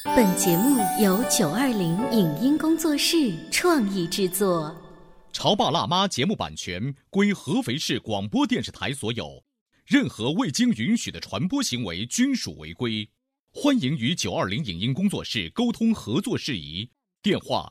本节目由920影音工作室创意制作。 潮爸辣妈节目版权归合肥市广播电视台所有，任何未经允许的传播行为均属违规。欢迎与920影音工作室沟通合作事宜，电话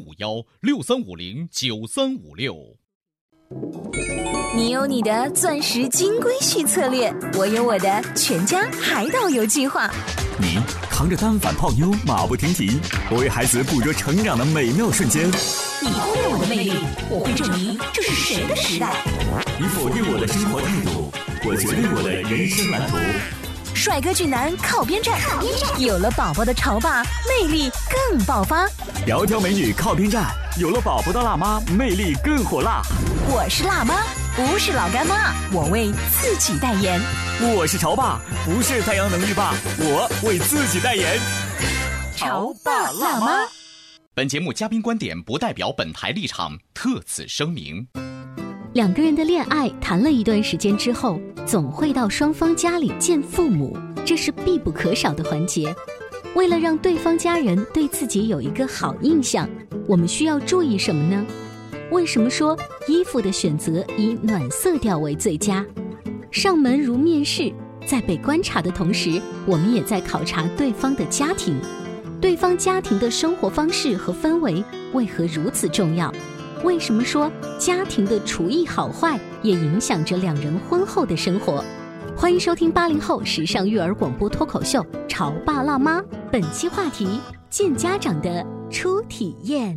055163509356。 你有你的钻石金龟婿策略，我有我的全家海岛游计划。 你扛着单反泡妞马不停蹄，我为孩子捕捉成长的美妙瞬间。 你忽略我的魅力，我会证明这是谁的时代。 你否定我的生活态度，我决定我的人生蓝图。 帅哥俊男靠边站，有了宝宝的潮爸魅力更爆发。 窈窕美女靠边站，有了宝宝的辣妈魅力更火辣。 我是辣妈，不是老干妈，我为自己代言。 我是潮爸，不是太阳能浴霸，我为自己代言。 潮爸辣妈。 本节目嘉宾观点不代表本台立场，特此声明。 两个人的恋爱谈了一段时间之后，总会到双方家里见父母，这是必不可少的环节。为了让对方家人对自己有一个好印象，我们需要注意什么呢？为什么说衣服的选择以暖色调为最佳？上门如面试，在被观察的同时，我们也在考察对方的家庭。对方家庭的生活方式和氛围为何如此重要？为什么说家庭的厨艺好坏也影响着两人婚后的生活？欢迎收听80后时尚育儿广播脱口秀《潮爸辣妈》，本期话题：见家长的初体验。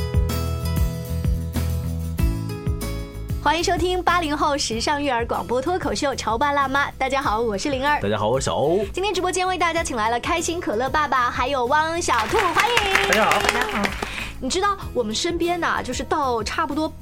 欢迎收听80后时尚育儿广播脱口秀《潮爸辣妈》。大家好，我是灵儿。 大家好，我是小欧。 今天直播间为大家请来了开心可乐爸爸，还有汪小兔，欢迎。 大家好， 大家好。你知道我们身边呢，就是到差不多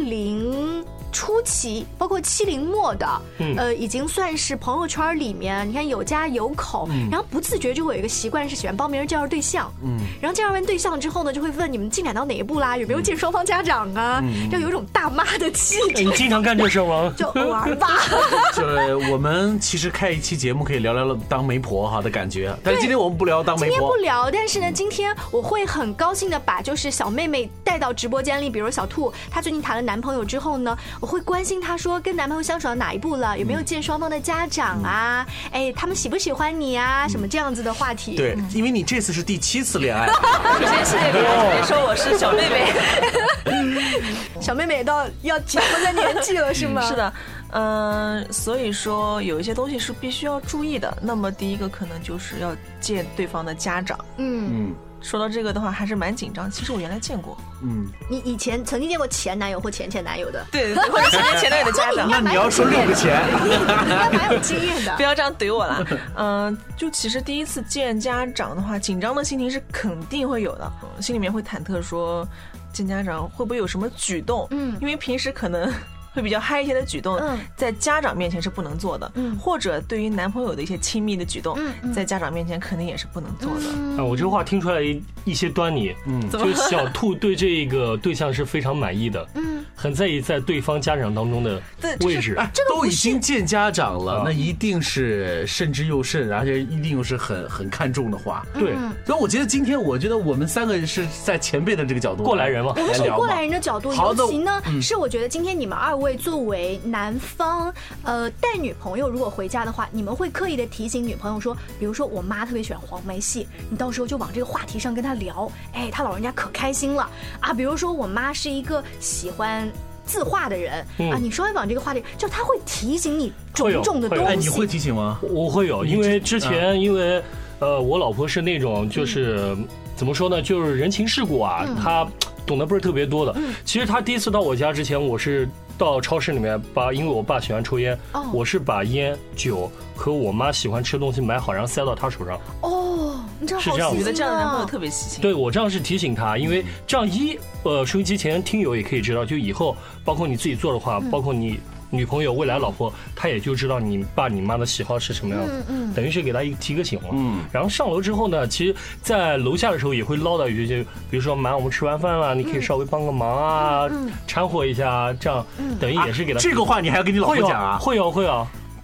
80初期，包括70末的，已经算是朋友圈里面，你看有家有口，然后不自觉就会有一个习惯是喜欢帮别人介绍对象，然后介绍完对象之后呢，就会问你们进展到哪一步啦，有没有见双方家长啊，就有一种大妈的气质。 你经常干这事吗？ 就偶尔吧。 就是我们其实开一期节目可以聊聊当媒婆哈的感觉，但是今天我们不聊当媒婆， 今天不聊，但是呢，今天我会很高兴的把就是小妹妹带到直播间里，比如小兔，她最近谈了男朋友之后呢，我会关心她说跟男朋友相处到哪一步了，有没有见双方的家长啊，他们喜不喜欢你啊，什么这样子的话题。 对，因为你这次是第7次恋爱。 首先谢谢别说我是小妹妹。 小妹妹也到要结婚的年纪了是吗？ 是的。所以说有一些东西是必须要注意的。那么第一个可能就是要见对方的家长。说到这个的话还是蛮紧张，其实我原来见过。 你以前曾经见过前男友或前男友的？ 对，或者前男友的家长。 那你要说6个前， 你应该蛮有经验的。 不要这样怼我啦。就其实第一次见家长的话，紧张的心情是肯定会有的，心里面会忐忑说见家长会不会有什么举动，因为平时可能会比较嗨一些的举动，在家长面前是不能做的，或者对于男朋友的一些亲密的举动，在家长面前肯定也是不能做的。 我这话听出来一些端倪，就是小兔对这个对象是非常满意的，很在意在对方家长当中的位置。 都已经见家长了，那一定是慎之又慎，而且一定又是很看重的话。 对， 所以我觉得今天，我觉得我们3个人是在前辈的这个角度， 过来人嘛， 我们是过来人的角度，尤其呢是我觉得今天你们2位作为男方，带女朋友如果回家的话，你们会刻意的提醒女朋友说，比如说我妈特别喜欢黄梅戏，你到时候就往这个话题上跟她聊，她老人家可开心了啊。比如说我妈是一个喜欢字画的人啊，你稍微往这个话题，就他会提醒你种种的东西。 你会提醒吗？ 我会有，因为之前我老婆是那种就是怎么说呢，就是人情世故啊，她懂得不是特别多的。其实她第一次到我家之前，我是到超市里面因为我爸喜欢抽烟，我是把烟酒和我妈喜欢吃的东西买好，然后塞到她手上。 你这是这样子， 我觉得这样的男朋友特别细心。 对，我这样是提醒他，因为这样收音机前听友也可以知道，就以后包括你自己做的话，包括你女朋友未来老婆，她也就知道你爸你妈的喜好是什么样子，等于是给她提个醒嘛。然后上楼之后呢，其实在楼下的时候也会唠叨一句，就比如说妈，我们吃完饭了，你可以稍微帮个忙啊，掺和一下，这样等于也是给她。 这个话你还要跟你老婆讲啊？ 会有。 他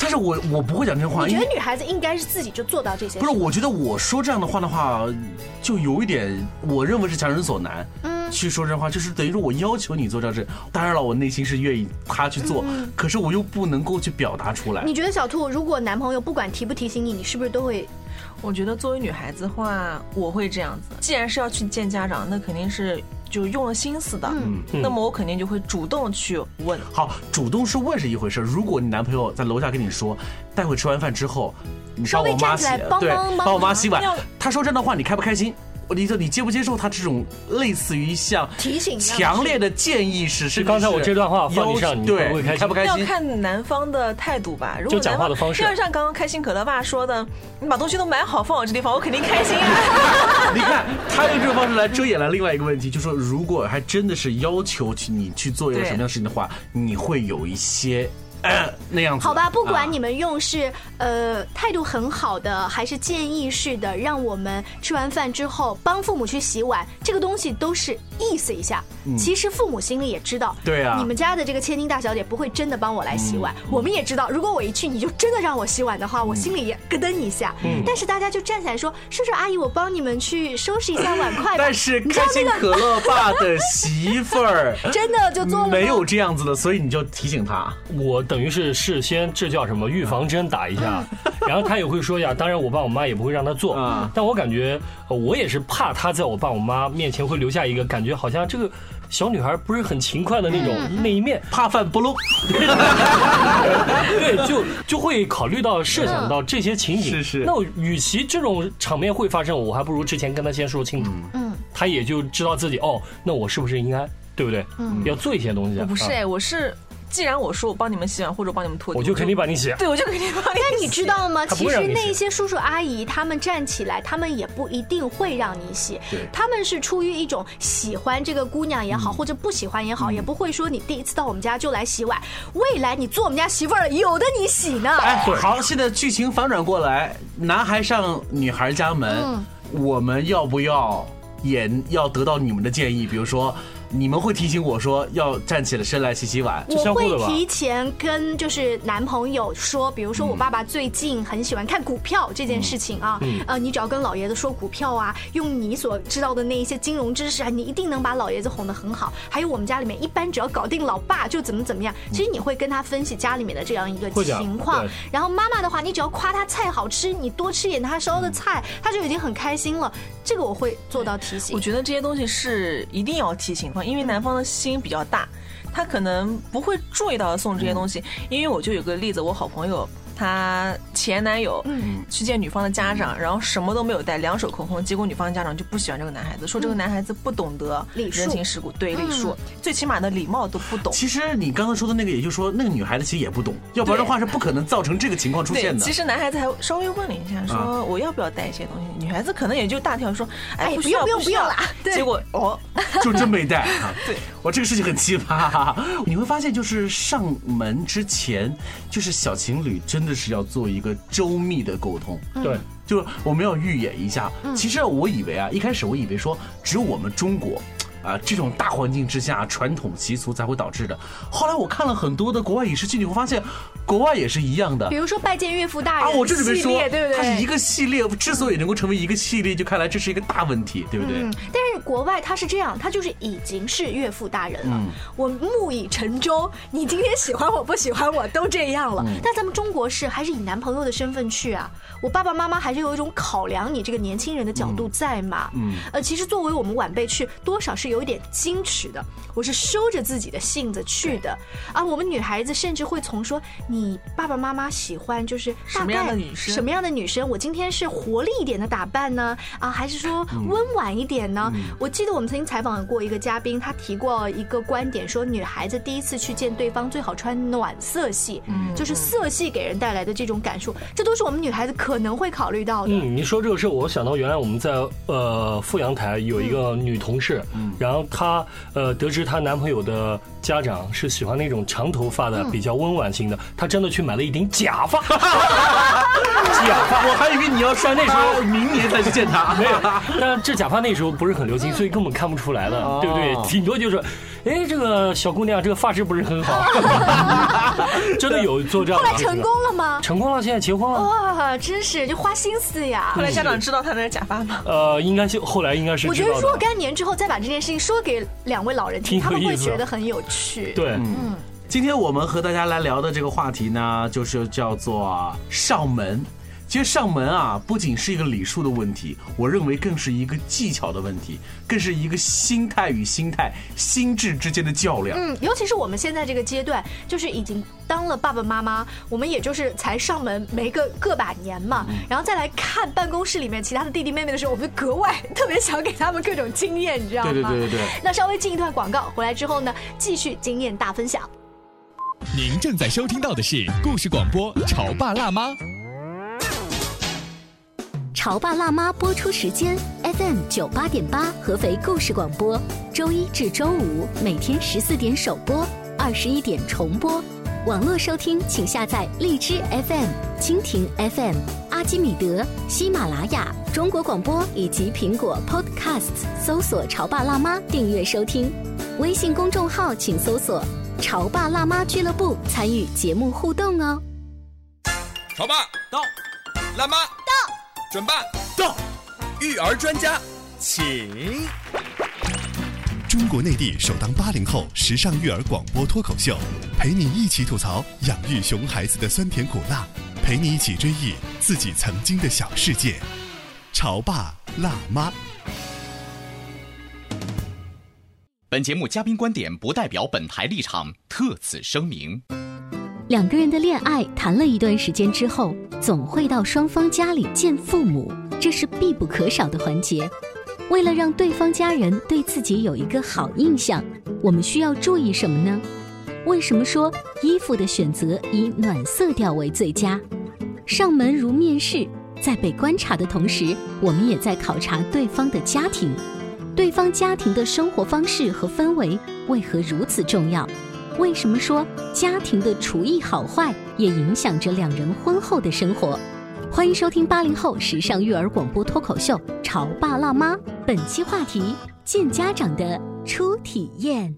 是我不会讲这话。 你觉得女孩子应该是自己就做到这些事？ 不是，我觉得我说这样的话，就有一点，我认为是强人所难。去说这话，就是等于说我要求你做这事，当然了，我内心是愿意他去做，可是我又不能够去表达出来。 你觉得小兔，如果男朋友不管提不提醒你，你是不是都会？ 我觉得作为女孩子的话，我会这样子。既然是要去见家长，那肯定是就用了心思的。那么我肯定就会主动去问。 好，主动是问是一回事，如果你男朋友在楼下跟你说，待会吃完饭之后，你帮我妈洗，对，帮我妈洗碗，他说这样的话，你开不开心？你接不接受他这种类似于像提醒、 强烈的建议是刚才我这段话放你上，你会不会开心？ 开不开心？ 要看男方的态度吧。如果就讲话的方式， 要像刚刚开心可乐爸说的，你把东西都买好放我这地方，我肯定开心啊。 你看他用这种方式来遮掩了另外一个问题，就是说如果还真的是要求你去做一个什么样的事情的话，你会有一些。那样子好吧，不管你们用是态度很好的，还是建议式的，让我们吃完饭之后帮父母去洗碗，这个东西都是意思一下。其实父母心里也知道， 对啊， 你们家的这个千金大小姐不会真的帮我来洗碗。我们也知道，如果我一去你就真的让我洗碗的话，我心里也咯噔一下。但是大家就站起来说，叔叔阿姨，我帮你们去收拾一下碗筷吧。 但是开心可乐爸的媳妇儿真的就做了没有这样子的，所以你就提醒他。 我等于是事先，这叫什么预防针打一下，然后他也会说呀，当然我爸我妈也不会让他做，但我感觉我也是怕他在我爸我妈面前会留下一个感觉，好像这个小女孩不是很勤快的那种那一面， 怕饭不漏。 对，就会考虑到设想到这些情景。 是。 那与其这种场面会发生，我还不如之前跟他先说清楚，他也就知道自己那我是不是应该，对不对？要做一些东西。 我不是我是。既然我说我帮你们洗碗或者帮你们拖地， 我就肯定帮你洗。 对，我就肯定帮你洗。 但你知道吗？其实那些叔叔阿姨他们站起来，他们也不一定会让你洗，他们是出于一种喜欢这个姑娘也好，或者不喜欢也好，也不会说你第一次到我们家就来洗碗，未来你做我们家媳妇儿了，有的你洗呢。 好，现在剧情反转过来，男孩上女孩家门，我们要不要也要得到你们的建议？比如说你们会提醒我说要站起了身来洗洗碗， 我会提前跟就是男朋友说，比如说我爸爸最近很喜欢看股票这件事情啊，你只要跟老爷子说股票啊，用你所知道的那一些金融知识啊，你一定能把老爷子哄得很好。还有我们家里面一般只要搞定老爸就怎么样，其实你会跟他分析家里面的这样一个情况。然后妈妈的话，你只要夸他菜好吃，你多吃一点他烧的菜，他就已经很开心了。这个我会做到提醒。 我觉得这些东西是一定要提醒，因为男方的心比较大，他可能不会注意到送这些东西。因为我就有个例子，我好朋友她前男友去见女方的家长，然后什么都没有带，2手空空，结果女方的家长就不喜欢这个男孩子，说这个男孩子不懂得人情世故，对，礼数，最起码的礼貌都不懂。 其实你刚刚说的那个，也就是说那个女孩子其实也不懂，要不然的话是不可能造成这个情况出现的。 其实男孩子还稍微问了一下，说我要不要带一些东西，女孩子可能也就大跳说， 不用啦。 结果就真没带啊。对，我这个事情很奇葩。你会发现，就是上门之前，就是小情侣真的是要做一个周密的沟通。 对， 就我们要预演一下。其实我以为一开始我以为说只有我们中国这种大环境之下传统习俗才会导致的。后来我看了很多的国外影视剧，你会发现国外也是一样的。 比如说拜见岳父大人我这里面说， 对不对？ 它是一个系列，之所以能够成为一个系列，就看来这是一个大问题，对不对？ 但是国外它是这样，它就是已经是岳父大人了，我木已成舟，你今天喜欢我不喜欢我都这样了。但咱们中国是还是以男朋友的身份去啊，我爸爸妈妈还是有一种考量你这个年轻人的角度在嘛。其实作为我们晚辈去，多少是有一点矜持的，我是收着自己的性子去的我们女孩子甚至会从说你爸爸妈妈喜欢就是大概什么样的女生，我今天是活力一点的打扮呢还是说温婉一点呢？我记得我们曾经采访过一个嘉宾，他提过一个观点，说女孩子第一次去见对方最好穿暖色系，就是色系给人带来的这种感受，这都是我们女孩子可能会考虑到的。 你说这个事，我想到原来我们在富阳台有一个女同事，然后她得知她男朋友的家长是喜欢那种长头发的比较温婉型的，她真的去买了一顶假发。假发， 我还以为你要说那时候明年再去见他。 没有，但这假发那时候不是很流行，所以根本看不出来的，对不对？顶多就是，哎，这个小姑娘这个发质不是很好，真的有做这样的。 后来成功了吗？ 成功了，现在结婚了。 哇，真是就花心思呀！ 后来家长知道他那是假发吗？ 应该是后来应该是。 我觉得若干年之后再把这件事情说给2位老人听，他们会觉得很有趣。 对， 今天我们和大家来聊的这个话题呢，就是叫做上门。其实上门啊，不仅是一个礼数的问题，我认为更是一个技巧的问题，更是一个心态与心态、心智之间的较量。 尤其是我们现在这个阶段，就是已经当了爸爸妈妈，我们也就是才上门没个把年嘛，然后再来看办公室里面其他的弟弟妹妹的时候，我们格外特别想给他们各种经验，你知道吗？ 对。 那稍微进一段广告，回来之后呢，继续经验大分享。 您正在收听到的是故事广播《潮爸辣妈》。 潮爸辣妈播出时间 FM 98.8合肥故事广播，周一至周五每天14点首播，21点重播。网络收听请下载荔枝 FM、蜻蜓 FM、阿基米德、喜马拉雅、中国广播以及苹果 Podcasts， 搜索潮爸辣妈订阅收听。微信公众号请搜索潮爸辣妈俱乐部，参与节目互动哦。 潮爸到，辣妈到，准爸到，育儿专家请。 中国内地首档80后时尚育儿广播脱口秀，陪你一起吐槽养育熊孩子的酸甜苦辣，陪你一起追忆自己曾经的小世界。潮爸辣妈。 本节目嘉宾观点不代表本台立场，特此声明。 2个人的恋爱谈了一段时间之后，总会到双方家里见父母，这是必不可少的环节。为了让对方家人对自己有一个好印象，我们需要注意什么呢？为什么说衣服的选择以暖色调为最佳？上门如面试，在被观察的同时，我们也在考察对方的家庭。对方家庭的生活方式和氛围为何如此重要？为什么说家庭的厨艺好坏也影响着2人婚后的生活？欢迎收听80后时尚育儿广播脱口秀《潮爸辣妈》，本期话题：见家长的初体验。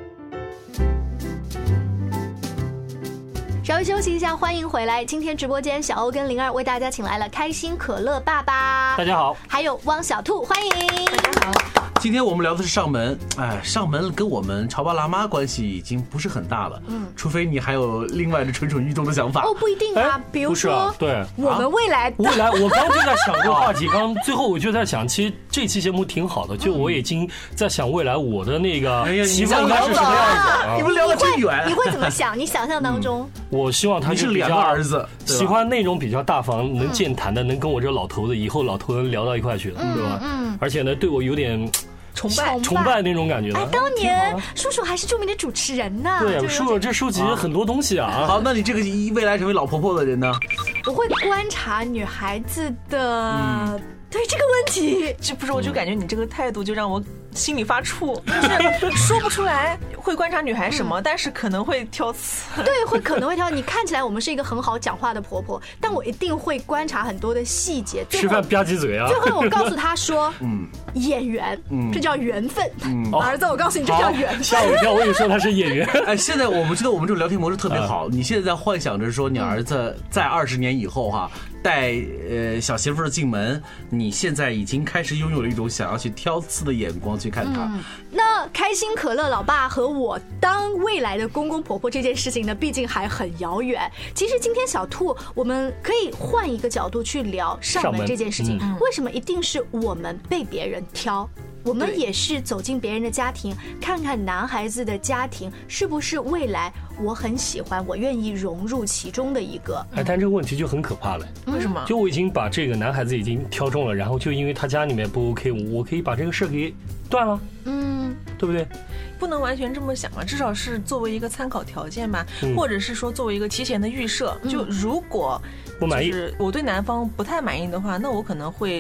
稍微休息一下，欢迎回来。今天直播间小欧跟灵儿为大家请来了开心可乐爸爸， 大家好， 还有汪小兔，欢迎大家好。 今天我们聊的是上门，上门跟我们潮爸辣妈关系已经不是很大了，除非你还有另外的蠢蠢欲动的想法。 不一定啊，比如说， 对， 我们未来， 我刚就在想这个话题，刚最后我就在想，其实这期节目挺好的，就我已经在想未来我的那个习惯应该是什么样子。 你们聊得真远， 你会怎么想？你想象当中， 我希望他是2个儿子， 喜欢那种比较大方、能健谈的，能跟我这老头子以后老头能聊到一块去的，对吧？而且呢，对我有点崇拜那种感觉。 当年叔叔还是著名的主持人呢。 对，叔叔这收集很多东西啊。 好，那你这个未来成为老婆婆的人呢？ 我会观察女孩子的。对这个问题， 这不是，我就感觉你这个态度就让我心里发怵，就是说不出来会观察女孩什么，但是可能会挑刺。 对，可能会挑。你看起来我们是一个很好讲话的婆婆，但我一定会观察很多的细节。 吃饭吧唧嘴啊！ 最后我告诉她说，演员，这叫缘分。儿子，我告诉你，这叫缘分。 吓我一跳，我跟你说他是演员。 现在我们觉得我们这种聊天模式特别好。你现在在幻想着说，你儿子在20年以后带小媳妇儿进门，你现在已经开始拥有了一种想要去挑刺的眼光去看他。 那开心可乐老爸和我当未来的公公婆婆这件事情呢，毕竟还很遥远。其实今天小兔，我们可以换一个角度去聊上门这件事情。为什么一定是我们被别人挑？我们也是走进别人的家庭，看看男孩子的家庭是不是未来我很喜欢，我愿意融入其中的一个。 但这个问题就很可怕了。 为什么？ 就我已经把这个男孩子已经挑中了，然后就因为他家里面不 OK， 我可以把这个事给断了。对不对？ 不能完全这么想嘛，至少是作为一个参考条件嘛，或者是说作为一个提前的预设。就如果不满意， 就是我对男方不太满意的话，那我可能会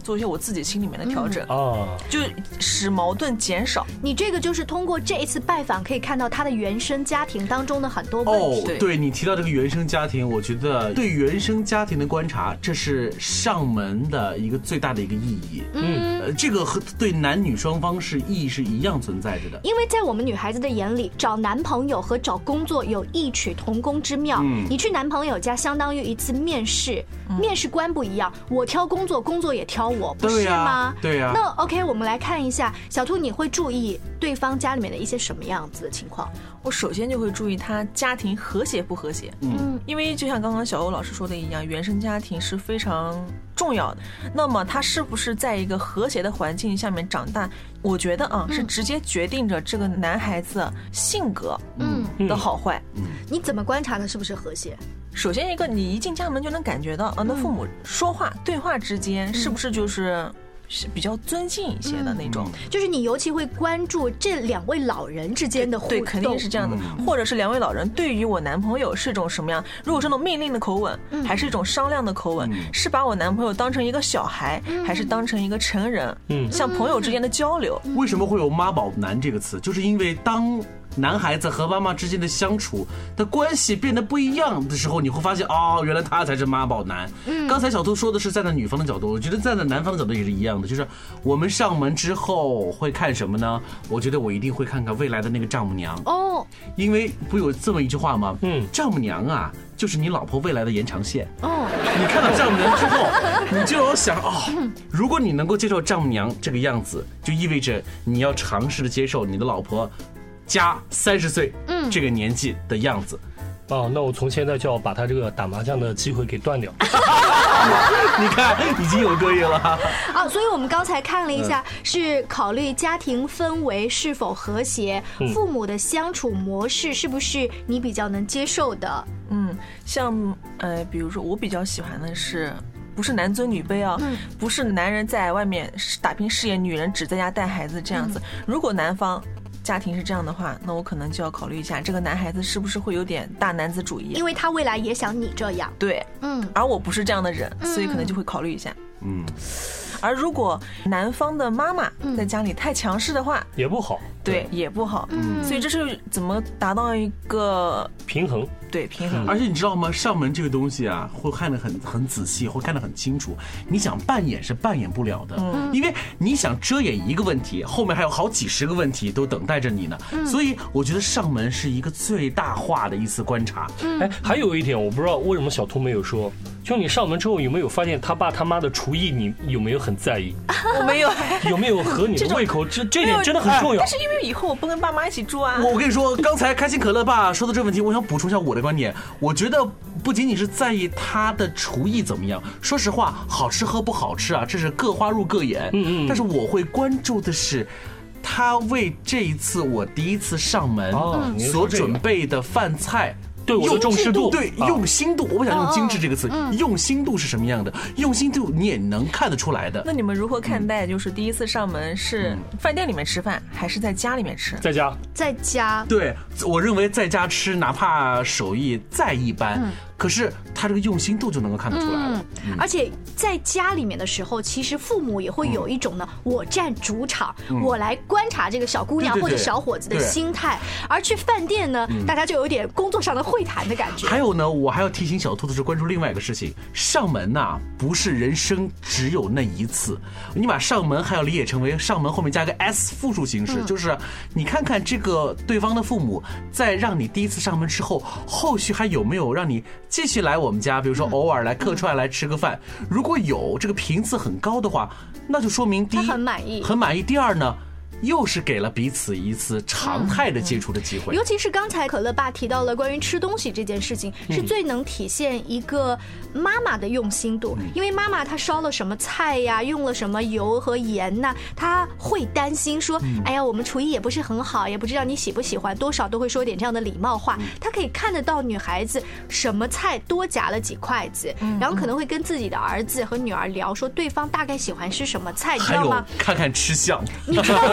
做一些我自己心里面的调整就使矛盾减少。 你这个就是通过这一次拜访可以看到他的原生家庭当中的很多问题。 对，你提到这个原生家庭，我觉得对原生家庭的观察，这是上门的一个最大的一个意义。这个和对男女双方是意义是一样存在着的。 因为在我们女孩子的眼里，找男朋友和找工作有异曲同工之妙。你去男朋友家相当于一次面试，面试官不一样，我挑工作，工作也挑我，不是吗？ 对呀。 那 OK， 我们来看一下，小兔你会注意对方家里面的一些什么样子的情况？ 我首先就会注意他家庭和谐不和谐。因为就像刚刚小欧老师说的一样，原生家庭是非常重要的。那么他是不是在一个和谐的环境下面长大，我觉得是直接决定着这个男孩子性格的好坏。 你怎么观察的是不是和谐？ 首先一个，你一进家门就能感觉到那父母说话对话之间是不是就是比较尊敬一些的那种。 就是你尤其会关注这两位老人之间的互动。 对，肯定是这样的。或者是两位老人对于我男朋友是一种什么样，如果是那种命令的口吻，还是一种商量的口吻，是把我男朋友当成一个小孩，还是当成一个成人，像朋友之间的交流。 为什么会有妈宝男这个词？就是因为当男孩子和妈妈之间的相处的关系变得不一样的时候，你会发现原来他才是妈宝男。刚才小兔说的是站在女方的角度，我觉得站在男方的角度也是一样的。就是我们上门之后会看什么呢？我觉得我一定会看看未来的那个丈母娘。因为不有这么一句话吗？丈母娘啊，就是你老婆未来的延长线。你看到丈母娘之后，你就要想如果你能够接受丈母娘这个样子，就意味着你要尝试的接受你的老婆加30岁这个年纪的样子。 那我从现在就要把他这个打麻将的机会给断掉。 你看已经有对了所以我们刚才看了一下，是考虑家庭氛围是否和谐，父母的相处模式是不是你比较能接受的。 像比如说我比较喜欢的是不是男尊女卑不是男人在外面打拼事业，女人只在家带孩子这样子。如果男方家庭是这样的话，那我可能就要考虑一下这个男孩子是不是会有点大男子主义， 因为他未来也想你这样。 对，而我不是这样的人，所以可能就会考虑一下。而如果男方的妈妈在家里太强势的话， 也不好。 对，也不好。所以这是怎么达到一个平衡？ 对，平衡。 而且你知道吗？上门这个东西会看得很仔细，会看得很清楚。你想扮演是扮演不了的，因为你想遮掩一个问题，后面还有好几十个问题都等待着你呢。所以我觉得上门是一个最大化的一次观察。 还有一点我不知道为什么小兔没有说，就你上门之后有没有发现他爸他妈的厨艺你有没有很在意？ 我没有。 有没有合你的胃口？这点真的很重要。 但是因为以后我不跟爸妈一起住我跟你说，刚才开心可乐爸说的这个问题，我想补充一下我的观点。我觉得不仅仅是在意他的厨艺怎么样，说实话，好吃和不好吃这是各花入各眼。但是我会关注的是他为这一次我第一次上门所准备的饭菜对我的重视度， 对用心度，我不想用精致这个词，用心度是什么样的？用心度你也能看得出来的。 那你们如何看待就是第一次上门是饭店里面吃饭，还是在家里面吃？ 在家， 在家。 对，我认为在家吃，哪怕手艺再一般，可是他这个用心度就能够看得出来了。 而且在家里面的时候，其实父母也会有一种呢，我占主场，我来观察这个小姑娘或者小伙子的心态。而去饭店呢，大家就有点工作上的会谈的感觉。 还有呢，我还要提醒小兔子是关注另外一个事情，上门不是人生只有那一次，你把上门还要理解成为上门后面加个 S 复数形式，就是你看看这个对方的父母在让你第一次上门之后，后续还有没有让你继续来我们家，比如说偶尔来客串来吃个饭，如果有这个频次很高的话，那就说明第一他很满意， 很满意。第二呢，又是给了彼此一次常态的接触的机会。 尤其是刚才可乐爸提到了关于吃东西这件事情，是最能体现一个妈妈的用心度。因为妈妈她烧了什么菜呀，用了什么油和盐呐，她会担心说，哎呀，我们厨艺也不是很好，也不知道你喜不喜欢，多少都会说点这样的礼貌话。她可以看得到女孩子什么菜多夹了几筷子，然后可能会跟自己的儿子和女儿聊，说对方大概喜欢吃什么菜，你知道吗？ 看看吃相， 你知道吗？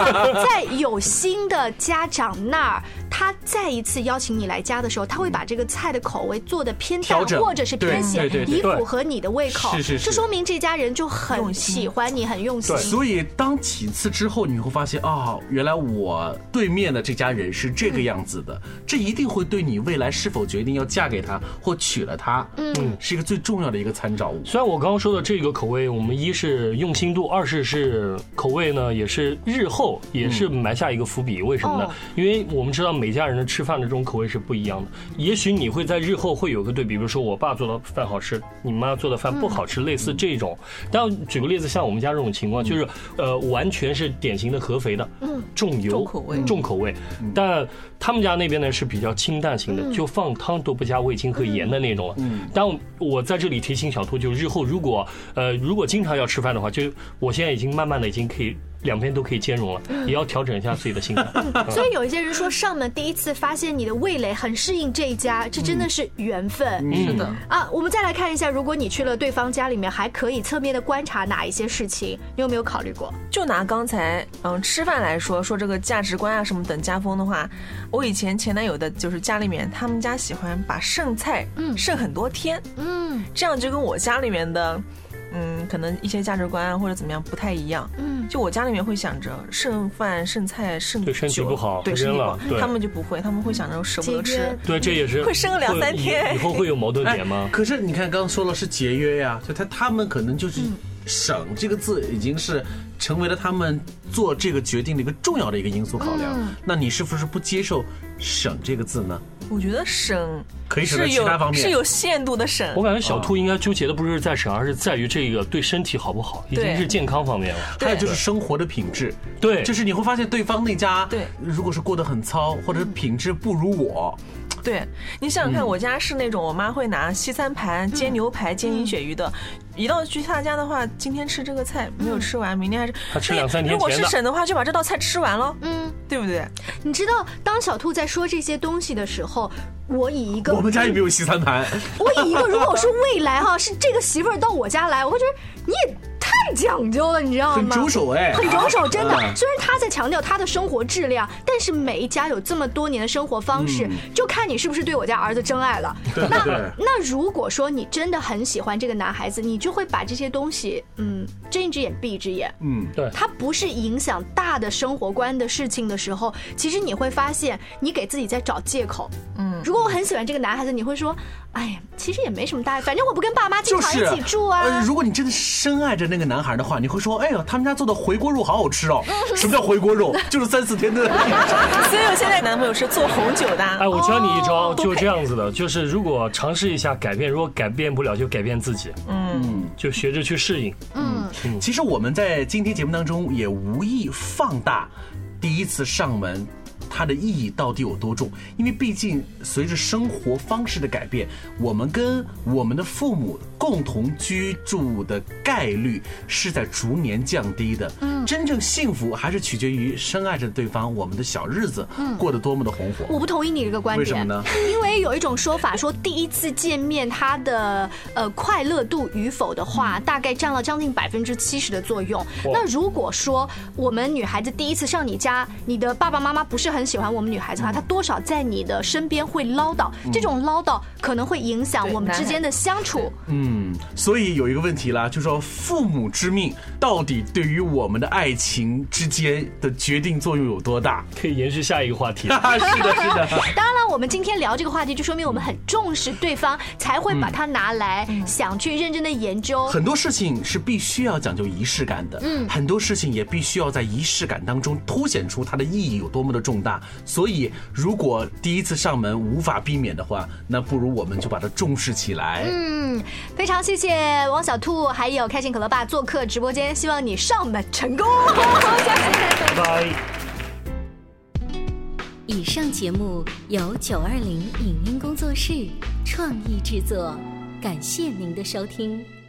在有心的家长那儿，他再一次邀请你来家的时候，他会把这个菜的口味做得偏淡或者是偏咸，以符合你的胃口。 是， 这说明这家人就很喜欢你，很用心。 所以当几次之后，你会发现啊，原来我对面的这家人是这个样子的，这一定会对你未来是否决定要嫁给他或娶了他，是一个最重要的一个参照物。 虽然我刚刚说的这个口味，我们一是用心度，二是口味呢，也是日后也是埋下一个伏笔。为什么呢？因为我们知道每家人的吃饭的这种口味是不一样的，也许你会在日后会有个对比，比如说我爸做的饭好吃，你妈做的饭不好吃，类似这种。但举个例子，像我们家这种情况，就是完全是典型的合肥的，重油重口味，但他们家那边呢是比较清淡型的，就放汤都不加味精和盐的那种了。但我在这里提醒小兔，就日后如果经常要吃饭的话，就我现在已经慢慢的已经可以两边都可以兼容了，也要调整一下自己的心态。 所以有一些人说，上门第一次发现你的味蕾很适应这一家，这真的是缘分。 是的啊，我们再来看一下，如果你去了对方家里面，还可以侧面的观察哪一些事情，你有没有考虑过？ 就拿刚才吃饭来说这个价值观啊什么等家风的话，我以前前男友的就是家里面，他们家喜欢把剩菜剩很多天，这样就跟我家里面的可能一些价值观或者怎么样不太一样。就我家里面会想着剩饭剩菜剩酒对身体不好， 对身体不好， 对他们就不会，他们会想着舍不得吃。 对，这也是会剩个2-3天。 以后会有矛盾点吗？ 可是你看，刚刚说了是节约呀，就他们可能就是省这个字已经是成为了他们做这个决定的一个重要的一个因素考量。那你是不是不接受省这个字呢？ 我觉得省可以省在其他方面， 是有限度的省。 我感觉小兔应该纠结的不是在省，而是在于这个对身体好不好，已经是健康方面了。 还有就是生活的品质， 对， 就是你会发现对方那家，对，如果是过得很糙，或者品质不如我。 对，你想想看，我家是那种我妈会拿西餐盘煎牛排、煎银鳕鱼的，一到去她家的话，今天吃这个菜没有吃完，明天还是她吃2-3天前的。 如果是省的话，就把这道菜吃完了，对不对？ 你知道，当小兔在说这些东西的时候，我以一个我们家也没有西餐盘， 我以一个如果是未来是这个媳妇儿到我家来，我会觉得你也太讲究了，你知道吗？ 很着手很着手，真的。虽然他在强调他的生活质量，但是每一家有这么多年的生活方式，就看你是不是对我家儿子真爱了。那如果说你真的很喜欢这个男孩子，你就会把这些东西，睁一只眼闭一只眼。 对， 他不是影响大的生活观的事情的时候，其实你会发现你给自己在找借口。如果我很喜欢这个男孩子，你会说，哎呀，其实也没什么大碍，反正我不跟爸妈经常一起住啊。 如果你真的深爱着那个男孩的话，你会说，哎呀，他们家做的回锅肉好好吃哦。什么叫回锅肉？就是3-4天的。 所以我现在男朋友是做红酒的。 哎，我教你一招，就是这样子的，就是如果尝试一下改变，如果改变不了，就改变自己。就学着去适应。 其实我们在今天节目当中也无意放大第一次上门它的意义到底有多重，因为毕竟随着生活方式的改变，我们跟我们的父母共同居住的概率是在逐年降低的。真正幸福还是取决于深爱着对方，我们的小日子过得多么的红火。 我不同意你这个观点。 为什么呢？ 因为有一种说法说，第一次见面他的快乐度与否的话，大概占了将近70%的作用。那如果说我们女孩子第一次上你家，你的爸爸妈妈不是很喜欢我们女孩子的话，他多少在你的身边会唠叨，这种唠叨可能会影响我们之间的相处。 所以有一个问题啦，就是说父母之命到底对于我们的爱情之间的决定作用有多大？ 可以延续下一个话题。 是的。 当然了，我们今天聊这个话题，就说明我们很重视对方，才会把它拿来想去认真的研究。 很多事情是必须要讲究仪式感的，很多事情也必须要在仪式感当中凸显出它的意义有多么的重大。所以如果第一次上门无法避免的话，那不如我们就把它重视起来。 非常谢谢王小兔还有开心可乐爸做客直播间，希望你上门成功。 拜拜。 以上节目由920影音工作室创意制作，感谢您的收听。